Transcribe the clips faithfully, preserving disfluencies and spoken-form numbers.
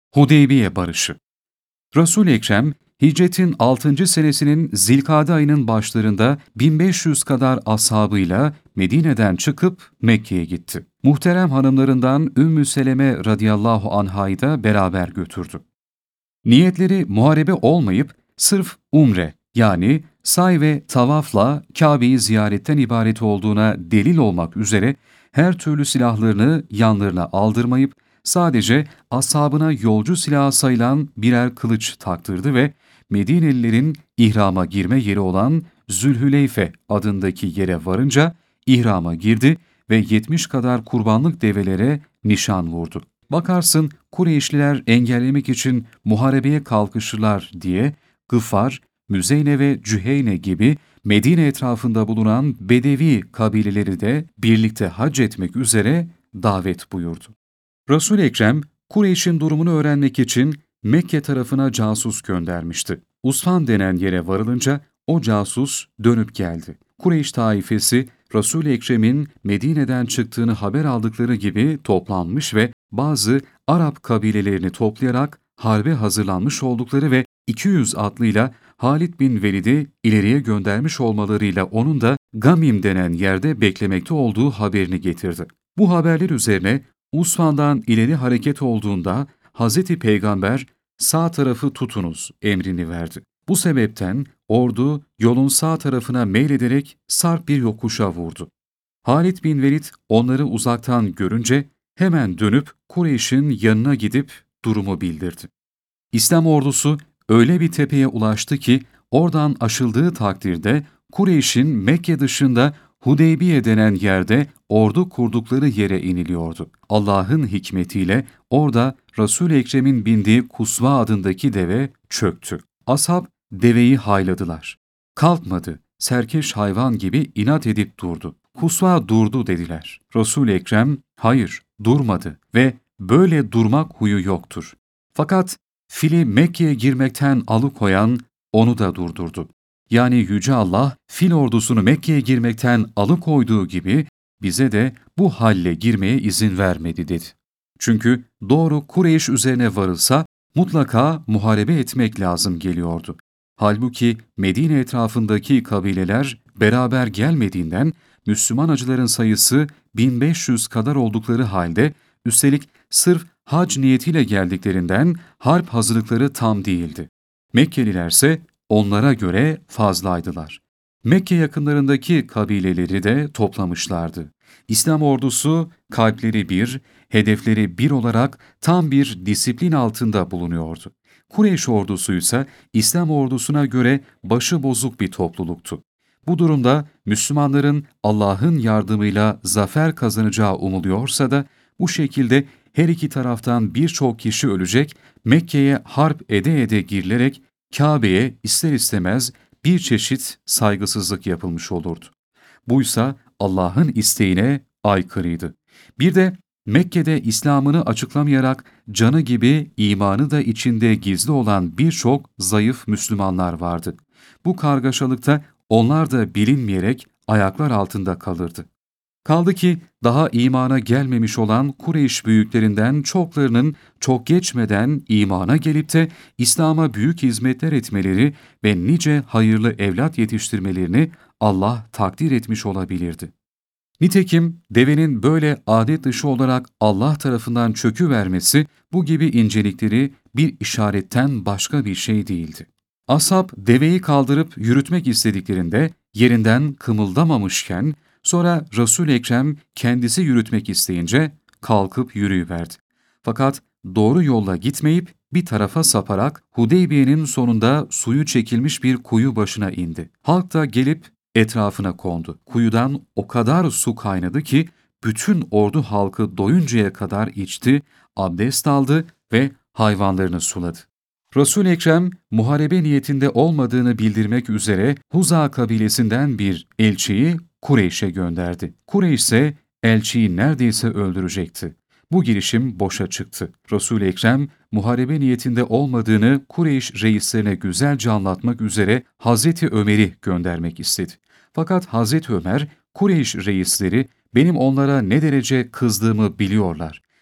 Hudeybiye Barışı. Resul-i Ekrem, hicretin altıncı senesinin Zilkade ayının başlarında bin beş yüz kadar ashabıyla Medine'den çıkıp Mekke'ye gitti. Muhterem hanımlarından Ümmü Seleme radıyallahu anhayı da beraber götürdü. Niyetleri muharebe olmayıp sırf umre yani say ve tavafla Kabe'yi ziyaretten ibaret olduğuna delil olmak üzere her türlü silahlarını yanlarına aldırmayıp sadece ashabına yolcu silahı sayılan birer kılıç taktırdı ve Medinelilerin ihrama girme yeri olan Zülhüleyfe adındaki yere varınca ihrama girdi ve yetmiş kadar kurbanlık develere nişan vurdu. Bakarsın Kureyşliler engellemek için muharebeye kalkışırlar diye Gıfar, Müzeyne ve Cüheyne gibi Medine etrafında bulunan Bedevi kabileleri de birlikte hac etmek üzere davet buyurdu. Resul-i Ekrem, Kureyş'in durumunu öğrenmek için Mekke tarafına casus göndermişti. Usfan denen yere varılınca o casus dönüp geldi. Kureyş taifesi Resul-i Ekrem'in Medine'den çıktığını haber aldıkları gibi toplanmış ve bazı Arap kabilelerini toplayarak harbe hazırlanmış oldukları ve iki yüz atlıyla Halid bin Velid'i ileriye göndermiş olmalarıyla onun da Gamim denen yerde beklemekte olduğu haberini getirdi. Bu haberler üzerine Usfan'dan ileri hareket olduğunda Hazreti Peygamber sağ tarafı tutunuz emrini verdi. Bu sebepten ordu yolun sağ tarafına meylederek sarp bir yokuşa vurdu. Halid bin Velid onları uzaktan görünce hemen dönüp Kureyş'in yanına gidip durumu bildirdi. İslam ordusu öyle bir tepeye ulaştı ki oradan aşıldığı takdirde Kureyş'in Mekke dışında Hudeybiye denen yerde ordu kurdukları yere iniliyordu. Allah'ın hikmetiyle orada Resul-i Ekrem'in bindiği Kusva adındaki deve çöktü. Ashab deveyi hayladılar. Kalkmadı, serkeş hayvan gibi inat edip durdu. Kusva durdu dediler. Resul-i Ekrem hayır durmadı ve böyle durmak huyu yoktur. Fakat fili Mekke'ye girmekten alıkoyan onu da durdurdu. Yani Yüce Allah fil ordusunu Mekke'ye girmekten alıkoyduğu gibi bize de bu halle girmeye izin vermedi dedi. Çünkü doğru Kureyş üzerine varılsa mutlaka muharebe etmek lazım geliyordu. Halbuki Medine etrafındaki kabileler beraber gelmediğinden Müslüman hacıların sayısı bin beş yüz kadar oldukları halde üstelik sırf hac niyetiyle geldiklerinden harp hazırlıkları tam değildi. Mekkelilerse onlara göre fazlaydılar. Mekke yakınlarındaki kabileleri de toplamışlardı. İslam ordusu kalpleri bir, hedefleri bir olarak tam bir disiplin altında bulunuyordu. Kureyş ordusu ise İslam ordusuna göre başı bozuk bir topluluktu. Bu durumda Müslümanların Allah'ın yardımıyla zafer kazanacağı umuluyorsa da bu şekilde her iki taraftan birçok kişi ölecek, Mekke'ye harp ede ede girilerek Kabe'ye ister istemez bir çeşit saygısızlık yapılmış olurdu. Buysa Allah'ın isteğine aykırıydı. Bir de Mekke'de İslam'ını açıklamayarak canı gibi imanı da içinde gizli olan birçok zayıf Müslümanlar vardı. Bu kargaşalıkta onlar da bilinmeyerek ayaklar altında kalırdı. Kaldı ki daha imana gelmemiş olan Kureyş büyüklerinden çoklarının çok geçmeden imana gelip de İslam'a büyük hizmetler etmeleri ve nice hayırlı evlat yetiştirmelerini Allah takdir etmiş olabilirdi. Nitekim devenin böyle adet dışı olarak Allah tarafından çöküvermesi bu gibi incelikleri bir işaretten başka bir şey değildi. Ashab deveyi kaldırıp yürütmek istediklerinde yerinden kımıldamamışken sonra Resul-i Ekrem kendisi yürütmek isteyince kalkıp yürüyüverdi. Fakat doğru yolla gitmeyip bir tarafa saparak Hudeybiye'nin sonunda suyu çekilmiş bir kuyu başına indi. Halk da gelip etrafına kondu. Kuyudan o kadar su kaynadı ki bütün ordu halkı doyuncaya kadar içti, abdest aldı ve hayvanlarını suladı. Resul-i Ekrem muharebe niyetinde olmadığını bildirmek üzere Huza kabilesinden bir elçiyi Kureyş'e gönderdi. Kureyş ise elçiyi neredeyse öldürecekti. Bu girişim boşa çıktı. Resul-i Ekrem muharebe niyetinde olmadığını Kureyş reislerine güzelce anlatmak üzere Hazreti Ömer'i göndermek istedi. Fakat Hazreti Ömer, Kureyş reisleri benim onlara ne derece kızdığımı biliyorlar.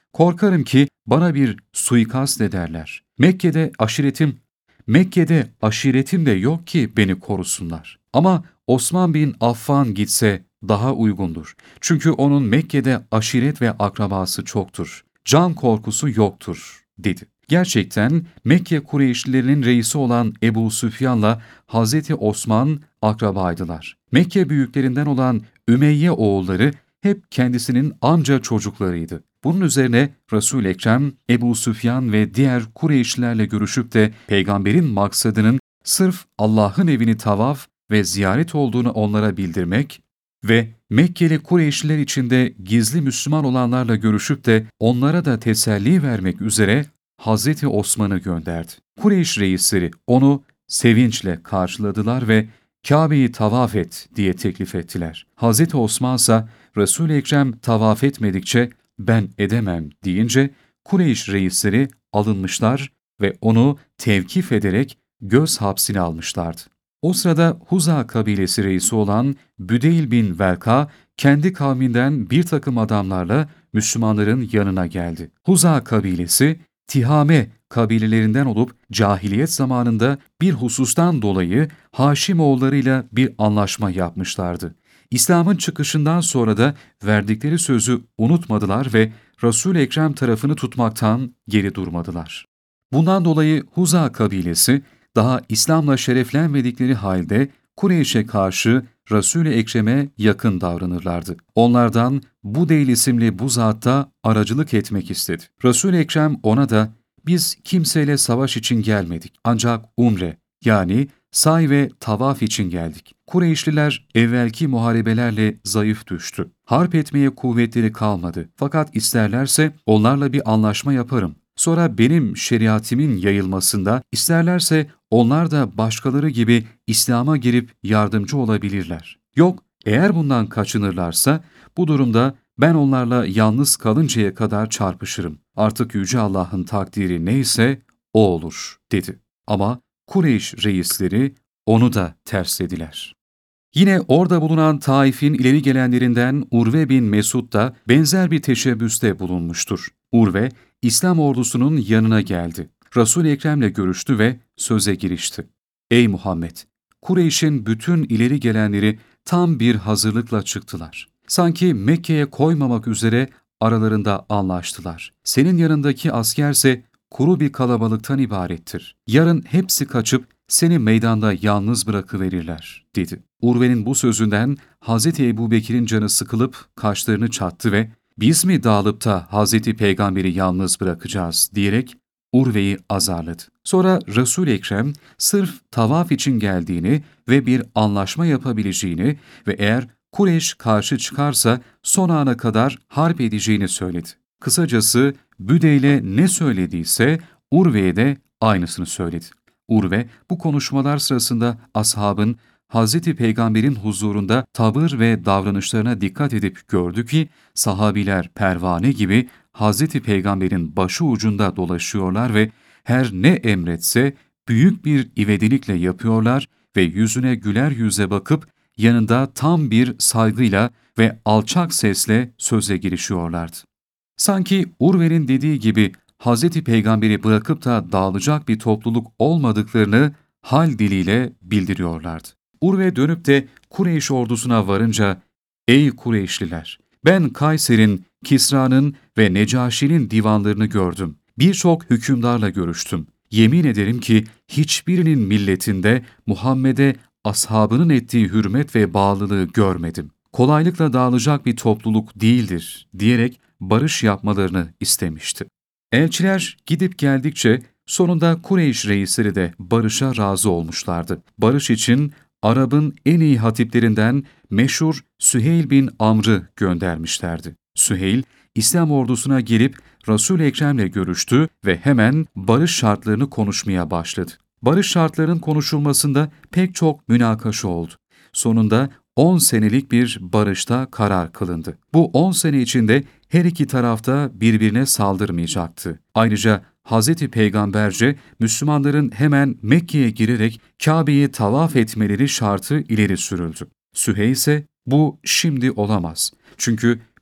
Korkarım ki bana bir suikast ederler. Mekke'de aşiretim, Mekke'de aşiretim de yok ki beni korusunlar. Ama Osman bin Affan gitse daha uygundur. Çünkü onun Mekke'de aşiret ve akrabası çoktur. Can korkusu yoktur, dedi. Gerçekten Mekke Kureyşlilerinin reisi olan Ebu Süfyan'la Hazreti Osman akrabaydılar. Mekke büyüklerinden olan Ümeyye oğulları hep kendisinin amca çocuklarıydı. Bunun üzerine Resul-i Ekrem, Ebu Süfyan ve diğer Kureyşlilerle görüşüp de peygamberin maksadının sırf Allah'ın evini tavaf ve ziyaret olduğunu onlara bildirmek ve Mekkeli Kureyşliler içinde gizli Müslüman olanlarla görüşüp de onlara da teselli vermek üzere Hazreti Osman'ı gönderdi. Kureyş reisleri onu sevinçle karşıladılar ve Kabe'yi tavaf et diye teklif ettiler. Hazreti Osman ise Resul-i Ekrem tavaf etmedikçe ben edemem deyince Kureyş reisleri alınmışlar ve onu tevkif ederek göz hapsine almışlardı. O sırada Huza kabilesi reisi olan Büdeyl bin Velka kendi kavminden bir takım adamlarla Müslümanların yanına geldi. Huza kabilesi Tihame kabilelerinden olup cahiliyet zamanında bir husustan dolayı Haşimoğullarıyla bir anlaşma yapmışlardı. İslam'ın çıkışından sonra da verdikleri sözü unutmadılar ve Resul-i Ekrem tarafını tutmaktan geri durmadılar. Bundan dolayı Huza kabilesi daha İslam'la şereflenmedikleri halde Kureyş'e karşı Resul-i Ekrem'e yakın davranırlardı. Onlardan Budeyl isimli bu zatta aracılık etmek istedi. Resul-i Ekrem ona da biz kimseyle savaş için gelmedik ancak umre yani say ve tavaf için geldik. Kureyşliler evvelki muharebelerle zayıf düştü. Harp etmeye kuvvetleri kalmadı. Fakat isterlerse onlarla bir anlaşma yaparım. Sonra benim şeriatimin yayılmasında isterlerse onlar da başkaları gibi İslam'a girip yardımcı olabilirler. Yok, eğer bundan kaçınırlarsa bu durumda ben onlarla yalnız kalıncaya kadar çarpışırım. Artık Yüce Allah'ın takdiri neyse o olur, dedi. Ama Kureyş reisleri onu da terslediler. Yine orada bulunan Taif'in ileri gelenlerinden Urve bin Mesud da benzer bir teşebbüste bulunmuştur. Urve, İslam ordusunun yanına geldi. Resul-i Ekrem'le görüştü ve söze girişti. Ey Muhammed! Kureyş'in bütün ileri gelenleri tam bir hazırlıkla çıktılar. Sanki Mekke'ye koymamak üzere aralarında anlaştılar. Senin yanındaki askerse kuru bir kalabalıktan ibarettir. Yarın hepsi kaçıp seni meydanda yalnız bırakıverirler, dedi. Urve'nin bu sözünden Hazreti Ebubekir'in canı sıkılıp kaşlarını çattı ve biz mi dağılıp da Hazreti Peygamber'i yalnız bırakacağız diyerek Urve'yi azarladı. Sonra Resul-i Ekrem sırf tavaf için geldiğini ve bir anlaşma yapabileceğini ve eğer Kureyş karşı çıkarsa son ana kadar harp edeceğini söyledi. Kısacası Büdeyl'e ne söylediyse Urve'ye de aynısını söyledi. Urve bu konuşmalar sırasında ashabın Hazreti Peygamber'in huzurunda tavır ve davranışlarına dikkat edip gördü ki sahabiler pervane gibi Hazreti Peygamber'in başı ucunda dolaşıyorlar ve her ne emretse büyük bir ivedilikle yapıyorlar ve yüzüne güler yüze bakıp yanında tam bir saygıyla ve alçak sesle söze girişiyorlardı. Sanki Urve'nin dediği gibi Hazreti Peygamber'i bırakıp da dağılacak bir topluluk olmadıklarını hal diliyle bildiriyorlardı. Urve dönüp de Kureyş ordusuna varınca, ''Ey Kureyşliler! Ben Kayser'in, Kisra'nın ve Necaşi'nin divanlarını gördüm. Birçok hükümdarla görüştüm. Yemin ederim ki hiçbirinin milletinde Muhammed'e ashabının ettiği hürmet ve bağlılığı görmedim. Kolaylıkla dağılacak bir topluluk değildir.'' diyerek barış yapmalarını istemişti. Elçiler gidip geldikçe sonunda Kureyş reisleri de barışa razı olmuşlardı. Barış için Arap'ın en iyi hatiplerinden meşhur Süheyl bin Amr'ı göndermişlerdi. Süheyl, İslam ordusuna gelip Resul-i Ekrem'le görüştü ve hemen barış şartlarını konuşmaya başladı. Barış şartlarının konuşulmasında pek çok münakaşa oldu. Sonunda on senelik bir barışta karar kılındı. Bu on sene içinde her iki tarafta birbirine saldırmayacaktı. Ayrıca Hz. Peygamberce Müslümanların hemen Mekke'ye girerek Kabe'yi tavaf etmeleri şartı ileri sürüldü. Süheyl ise bu şimdi olamaz. Çünkü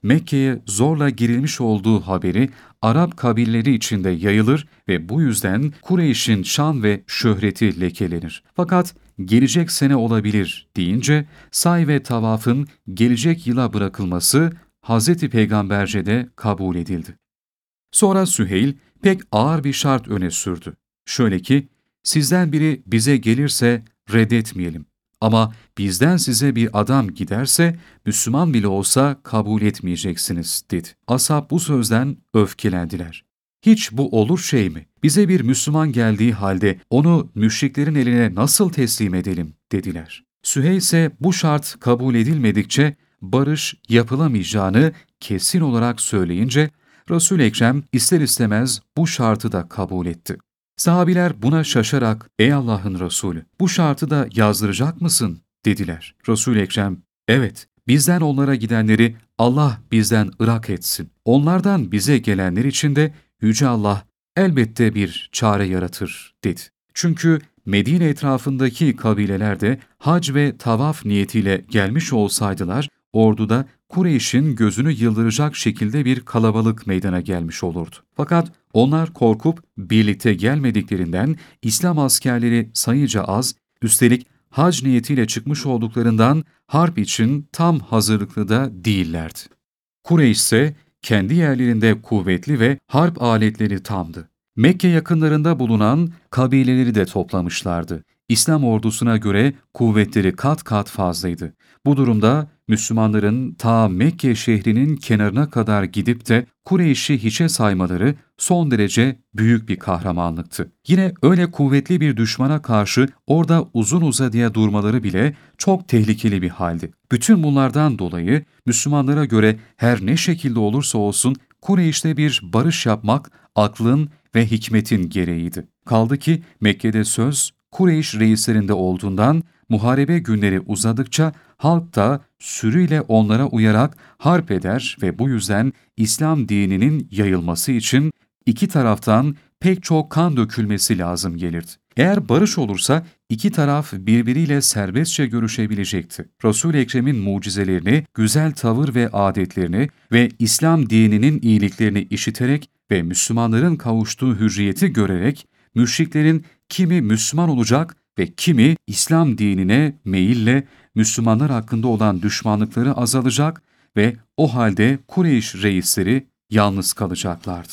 Mekke'ye zorla girilmiş olduğu haberi Arap kabileleri içinde yayılır ve bu yüzden Kureyş'in şan ve şöhreti lekelenir. Fakat gelecek sene olabilir deyince say ve tavafın gelecek yıla bırakılması Hazreti Peygamberce de kabul edildi. Sonra Süheyl pek ağır bir şart öne sürdü. Şöyle ki, sizden biri bize gelirse reddetmeyelim. Ama bizden size bir adam giderse, Müslüman bile olsa kabul etmeyeceksiniz, dedi. Ashab bu sözden öfkelendiler. Hiç bu olur şey mi? Bize bir Müslüman geldiği halde onu müşriklerin eline nasıl teslim edelim, dediler. Süheyl ise bu şart kabul edilmedikçe barış yapılamayacağını kesin olarak söyleyince, Resul-i Ekrem ister istemez bu şartı da kabul etti. Sahabiler buna şaşarak, ''Ey Allah'ın Resulü, bu şartı da yazdıracak mısın?'' dediler. Resul-i Ekrem, ''Evet, bizden onlara gidenleri Allah bizden ırak etsin. Onlardan bize gelenler için de Yüce Allah elbette bir çare yaratır.'' dedi. Çünkü Medine etrafındaki kabileler de hac ve tavaf niyetiyle gelmiş olsaydılar, orduda Kureyş'in gözünü yıldıracak şekilde bir kalabalık meydana gelmiş olurdu. Fakat onlar korkup birlikte gelmediklerinden İslam askerleri sayıca az, üstelik hac niyetiyle çıkmış olduklarından harp için tam hazırlıklı da değillerdi. Kureyş ise kendi yerlerinde kuvvetli ve harp aletleri tamdı. Mekke yakınlarında bulunan kabileleri de toplamışlardı. İslam ordusuna göre kuvvetleri kat kat fazlaydı. Bu durumda Müslümanların ta Mekke şehrinin kenarına kadar gidip de Kureyş'i hiçe saymaları son derece büyük bir kahramanlıktı. Yine öyle kuvvetli bir düşmana karşı orada uzun uzadıya durmaları bile çok tehlikeli bir haldi. Bütün bunlardan dolayı Müslümanlara göre her ne şekilde olursa olsun Kureyş'te bir barış yapmak aklın ve hikmetin gereğiydi. Kaldı ki Mekke'de söz Kureyş reislerinde olduğundan muharebe günleri uzadıkça halk da sürüyle onlara uyarak harp eder ve bu yüzden İslam dininin yayılması için iki taraftan pek çok kan dökülmesi lazım gelirdi. Eğer barış olursa iki taraf birbiriyle serbestçe görüşebilecekti. Resul-i Ekrem'in mucizelerini, güzel tavır ve adetlerini ve İslam dininin iyiliklerini işiterek ve Müslümanların kavuştuğu hürriyeti görerek müşriklerin kimi Müslüman olacak ve kimi İslam dinine meyille Müslümanlar hakkında olan düşmanlıkları azalacak ve o halde Kureyş reisleri yalnız kalacaklardı.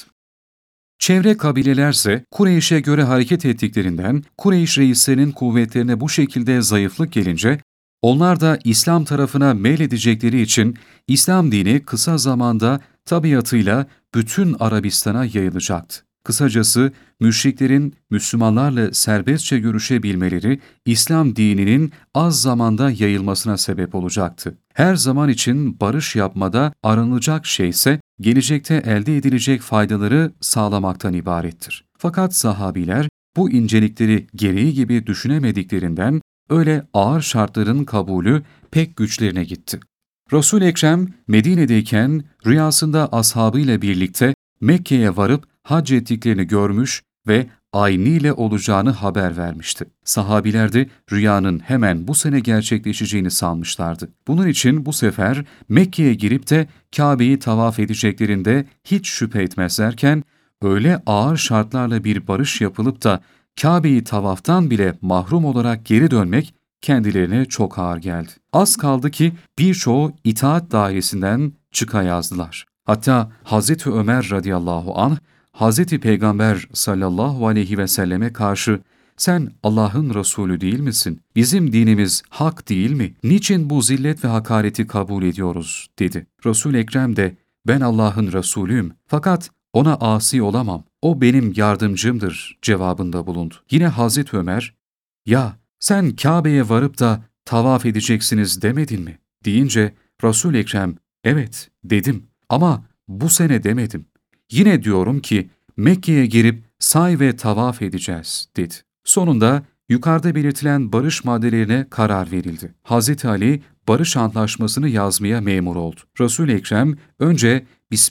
Çevre kabilelerse Kureyş'e göre hareket ettiklerinden Kureyş reislerinin kuvvetlerine bu şekilde zayıflık gelince onlar da İslam tarafına meyledecekleri için İslam dini kısa zamanda tabiatıyla bütün Arabistan'a yayılacaktı. Kısacası müşriklerin Müslümanlarla serbestçe görüşebilmeleri İslam dininin az zamanda yayılmasına sebep olacaktı. Her zaman için barış yapmada aranılacak şey ise gelecekte elde edilecek faydaları sağlamaktan ibarettir. Fakat sahabiler bu incelikleri gereği gibi düşünemediklerinden öyle ağır şartların kabulü pek güçlerine gitti. Resul-i Ekrem Medine'deyken rüyasında ashabıyla birlikte Mekke'ye varıp hac ettiklerini görmüş ve ayniyle olacağını haber vermişti. Sahabiler de rüyanın hemen bu sene gerçekleşeceğini sanmışlardı. Bunun için bu sefer Mekke'ye girip de Kabe'yi tavaf edeceklerinde hiç şüphe etmezlerken, öyle ağır şartlarla bir barış yapılıp da Kabe'yi tavaftan bile mahrum olarak geri dönmek kendilerine çok ağır geldi. Az kaldı ki birçoğu itaat dairesinden çıka yazdılar. Hatta Hazreti Ömer radıyallahu anh, Hazreti Peygamber sallallahu aleyhi ve selleme karşı ''Sen Allah'ın Resulü değil misin? Bizim dinimiz hak değil mi? Niçin bu zillet ve hakareti kabul ediyoruz?'' dedi. Resul-i Ekrem de ''Ben Allah'ın Resulüyüm fakat ona asi olamam. O benim yardımcımdır.'' cevabında bulundu. Yine Hazreti Ömer ''Ya sen Kabe'ye varıp da tavaf edeceksiniz demedin mi?'' deyince Resul-i Ekrem ''Evet dedim ama bu sene demedim. Yine diyorum ki Mekke'ye girip say ve tavaf edeceğiz.'' dedi. Sonunda yukarıda belirtilen barış maddelerine karar verildi. Hazreti Ali barış antlaşmasını yazmaya memur oldu. Resul-i Ekrem önce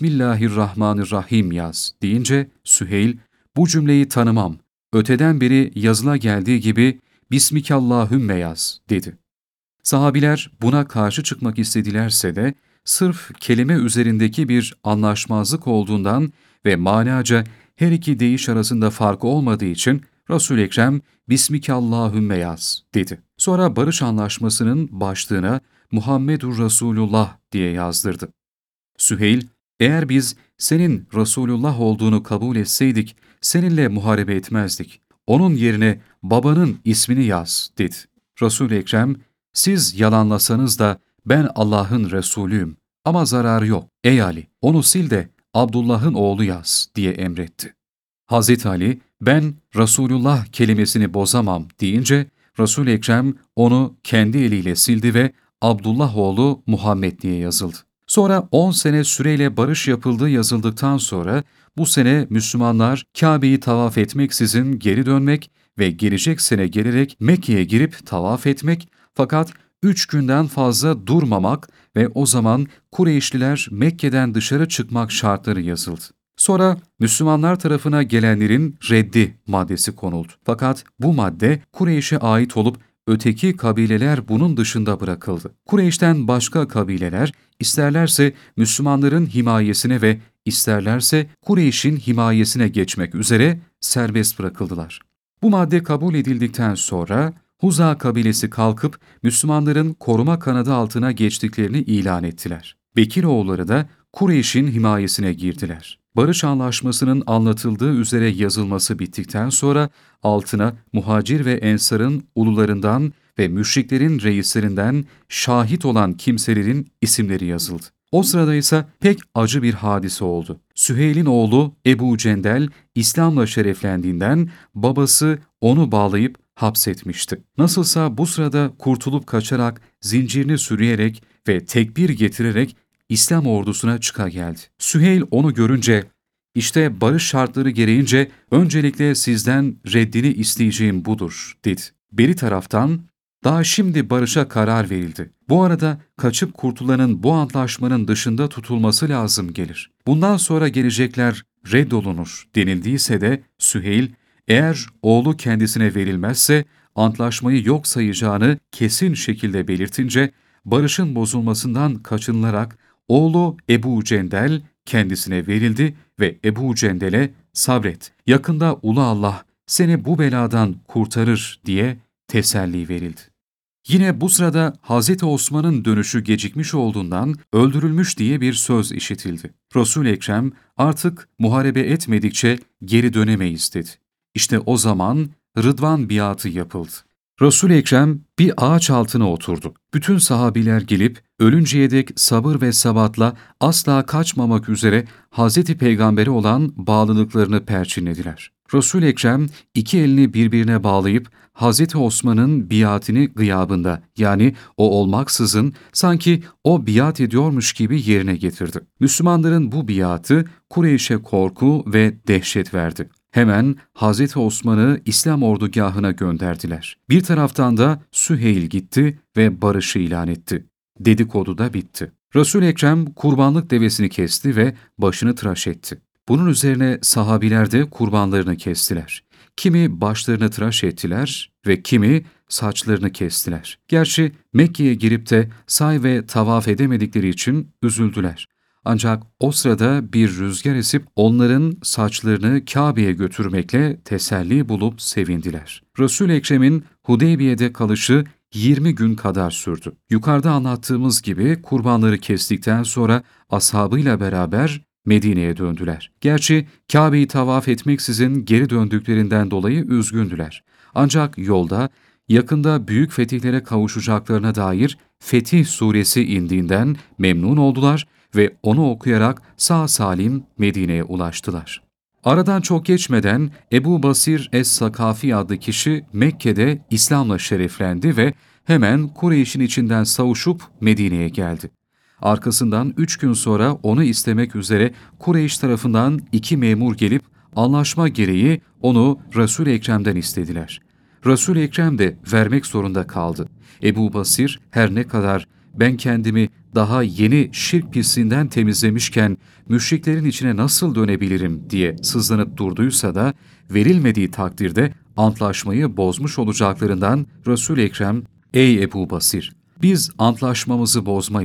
Bismillahirrahmanirrahim yaz deyince Süheyl bu cümleyi tanımam, öteden beri yazıla geldiği gibi Bismikallahümme yaz dedi. Sahabiler buna karşı çıkmak istedilerse de Sırf kelime üzerindeki bir anlaşmazlık olduğundan ve manaca her iki deyiş arasında fark olmadığı için Resul-i Ekrem Bismikallahümme yaz dedi. Sonra barış anlaşmasının başlığına Muhammedur Resulullah diye yazdırdı. Süheyl, eğer biz senin Resulullah olduğunu kabul etseydik seninle muharebe etmezdik. Onun yerine babanın ismini yaz dedi. Resul-i Ekrem, siz yalanlasanız da ben Allah'ın Resulüyüm ama zararı yok. Ey Ali, onu sil de Abdullah'ın oğlu yaz diye emretti. Hazreti Ali, ben Resulullah kelimesini bozamam deyince Resul-i Ekrem onu kendi eliyle sildi ve Abdullah oğlu Muhammed diye yazıldı. Sonra on sene süreyle barış yapıldığı yazıldıktan sonra bu sene Müslümanlar Kabe'yi tavaf etmeksizin geri dönmek ve gelecek sene gelerek Mekke'ye girip tavaf etmek fakat üç günden fazla durmamak ve o zaman Kureyşliler Mekke'den dışarı çıkmak şartları yazıldı. Sonra Müslümanlar tarafına gelenlerin reddi maddesi konuldu. Fakat bu madde Kureyş'e ait olup öteki kabileler bunun dışında bırakıldı. Kureyş'ten başka kabileler isterlerse Müslümanların himayesine ve isterlerse Kureyş'in himayesine geçmek üzere serbest bırakıldılar. Bu madde kabul edildikten sonra Huza kabilesi kalkıp Müslümanların koruma kanadı altına geçtiklerini ilan ettiler. Bekiroğulları da Kureyş'in himayesine girdiler. Barış anlaşmasının anlatıldığı üzere yazılması bittikten sonra altına muhacir ve ensarın ulularından ve müşriklerin reislerinden şahit olan kimselerin isimleri yazıldı. O sırada ise pek acı bir hadise oldu. Süheyl'in oğlu Ebu Cendel İslam'la şereflendiğinden babası onu bağlayıp hapsetmişti. Nasılsa bu sırada kurtulup kaçarak, zincirini sürüyerek ve tekbir getirerek İslam ordusuna çıka geldi. Süheyl onu görünce, işte barış şartları gereğince öncelikle sizden reddini isteyeceğim budur, dedi. Beri taraftan, daha şimdi barışa karar verildi. Bu arada kaçıp kurtulanın bu antlaşmanın dışında tutulması lazım gelir. Bundan sonra gelecekler reddolunur denildiyse de Süheyl, eğer oğlu kendisine verilmezse antlaşmayı yok sayacağını kesin şekilde belirtince, barışın bozulmasından kaçınılarak oğlu Ebu Cendel kendisine verildi ve Ebu Cendel'e sabret, yakında Ulu Allah seni bu beladan kurtarır diye teselli verildi. Yine bu sırada Hazreti Osman'ın dönüşü gecikmiş olduğundan öldürülmüş diye bir söz işitildi. Resul-i Ekrem artık muharebe etmedikçe geri dönemeyiz dedi. İşte o zaman Rıdvan biatı yapıldı. Resul-i Ekrem bir ağaç altına oturdu. Bütün sahabiler gelip ölünceye dek sabır ve sabatla asla kaçmamak üzere Hazreti Peygamber'e olan bağlılıklarını perçinlediler. Resul-i Ekrem iki elini birbirine bağlayıp Hazreti Osman'ın biatini gıyabında yani o olmaksızın sanki o biat ediyormuş gibi yerine getirdi. Müslümanların bu biatı Kureyş'e korku ve dehşet verdi. Hemen Hazreti Osman'ı İslam ordugahına gönderdiler. Bir taraftan da Süheyl gitti ve barışı ilan etti. Dedikodu da bitti. Resul-i Ekrem kurbanlık devesini kesti ve başını tıraş etti. Bunun üzerine sahabiler de kurbanlarını kestiler. Kimi başlarını tıraş ettiler ve kimi saçlarını kestiler. Gerçi Mekke'ye girip de say ve tavaf edemedikleri için üzüldüler. Ancak o sırada bir rüzgar esip onların saçlarını Kabe'ye götürmekle teselli bulup sevindiler. Resul-i Ekrem'in Hudeybiye'de kalışı yirmi gün kadar sürdü. Yukarıda anlattığımız gibi kurbanları kestikten sonra ashabıyla beraber Medine'ye döndüler. Gerçi Kabe'yi tavaf etmeksizin geri döndüklerinden dolayı üzgündüler. Ancak yolda yakında büyük fetihlere kavuşacaklarına dair Fetih suresi indiğinden memnun oldular ve onu okuyarak sağ salim Medine'ye ulaştılar. Aradan çok geçmeden Ebu Basir Es-Sakafi adlı kişi Mekke'de İslam'la şereflendi ve hemen Kureyş'in içinden savuşup Medine'ye geldi. Arkasından üç gün sonra onu istemek üzere Kureyş tarafından iki memur gelip anlaşma gereği onu Resul-i Ekrem'den istediler. Resul-i Ekrem de vermek zorunda kaldı. Ebu Basir her ne kadar ben kendimi daha yeni şirk pisliğinden temizlemişken müşriklerin içine nasıl dönebilirim diye sızlanıp durduysa da verilmediği takdirde antlaşmayı bozmuş olacaklarından Resul-i Ekrem, ''Ey Ebu Basir, biz antlaşmamızı bozmayız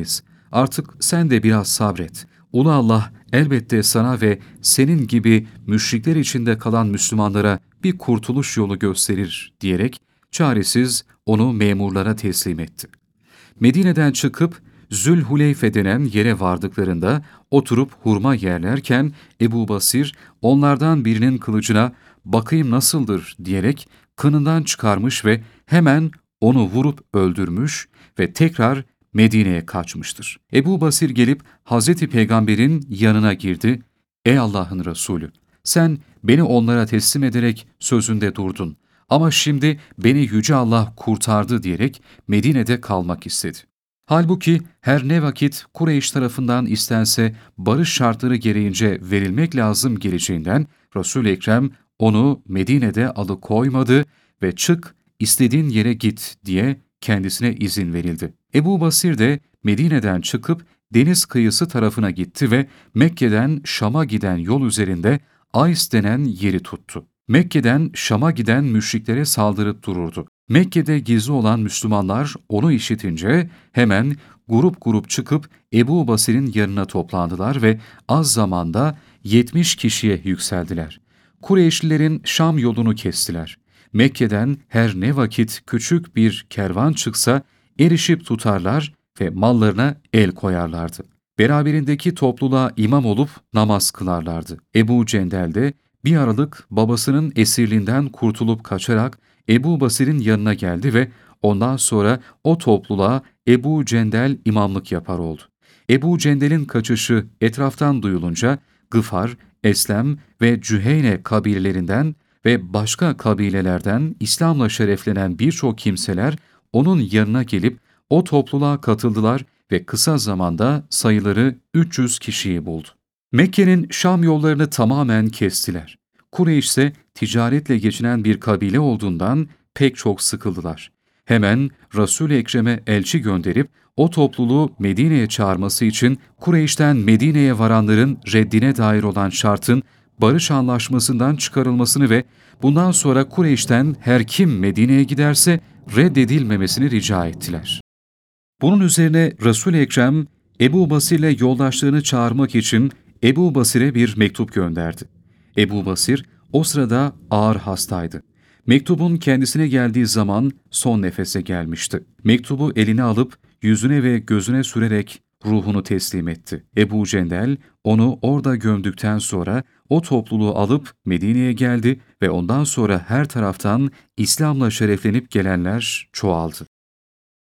Artık sen de biraz sabret. Ulu Allah elbette sana ve senin gibi müşrikler içinde kalan Müslümanlara bir kurtuluş yolu gösterir diyerek çaresiz onu memurlara teslim etti. Medine'den çıkıp Zülhuleyfe denen yere vardıklarında oturup hurma yerlerken Ebu Basir onlardan birinin kılıcına bakayım nasıldır diyerek kınından çıkarmış ve hemen onu vurup öldürmüş ve tekrar Medine'ye kaçmıştır. Ebu Basir gelip Hazreti Peygamber'in yanına girdi. Ey Allah'ın Resulü! Sen beni onlara teslim ederek sözünde durdun. Ama şimdi beni Yüce Allah kurtardı diyerek Medine'de kalmak istedi. Halbuki her ne vakit Kureyş tarafından istense barış şartları gereğince verilmek lazım geleceğinden Resul-i Ekrem onu Medine'de alıkoymadı ve çık istediğin yere git diye kendisine izin verildi. Ebu Basir de Medine'den çıkıp deniz kıyısı tarafına gitti ve Mekke'den Şam'a giden yol üzerinde Ays denen yeri tuttu. Mekke'den Şam'a giden müşriklere saldırıp dururdu. Mekke'de gizli olan Müslümanlar onu işitince hemen grup grup çıkıp Ebu Basir'in yanına toplandılar ve az zamanda yetmiş kişiye yükseldiler. Kureyşlilerin Şam yolunu kestiler. Mekke'den her ne vakit küçük bir kervan çıksa erişip tutarlar ve mallarına el koyarlardı. Beraberindeki topluluğa imam olup namaz kılarlardı. Ebu Cendel de bir aralık babasının esirliğinden kurtulup kaçarak Ebu Basir'in yanına geldi ve ondan sonra o topluluğa Ebu Cendel imamlık yapar oldu. Ebu Cendel'in kaçışı etraftan duyulunca Gıfar, Eslem ve Cüheyne kabilelerinden ve başka kabilelerden İslam'la şereflenen birçok kimseler onun yanına gelip o topluluğa katıldılar ve kısa zamanda sayıları üç yüz kişiyi buldu. Mekke'nin Şam yollarını tamamen kestiler. Kureyş ise ticaretle geçinen bir kabile olduğundan pek çok sıkıldılar. Hemen Resul-i Ekrem'e elçi gönderip o topluluğu Medine'ye çağırması için Kureyş'ten Medine'ye varanların reddine dair olan şartın barış anlaşmasından çıkarılmasını ve bundan sonra Kureyş'ten her kim Medine'ye giderse reddedilmemesini rica ettiler. Bunun üzerine Resul-i Ekrem, Ebu Basir'le yoldaşlarını çağırmak için Ebu Basir'e bir mektup gönderdi. Ebu Basir o sırada ağır hastaydı. Mektubun kendisine geldiği zaman son nefese gelmişti. Mektubu eline alıp yüzüne ve gözüne sürerek ruhunu teslim etti. Ebu Cendel onu orada gömdükten sonra o topluluğu alıp Medine'ye geldi ve ondan sonra her taraftan İslam'la şereflenip gelenler çoğaldı.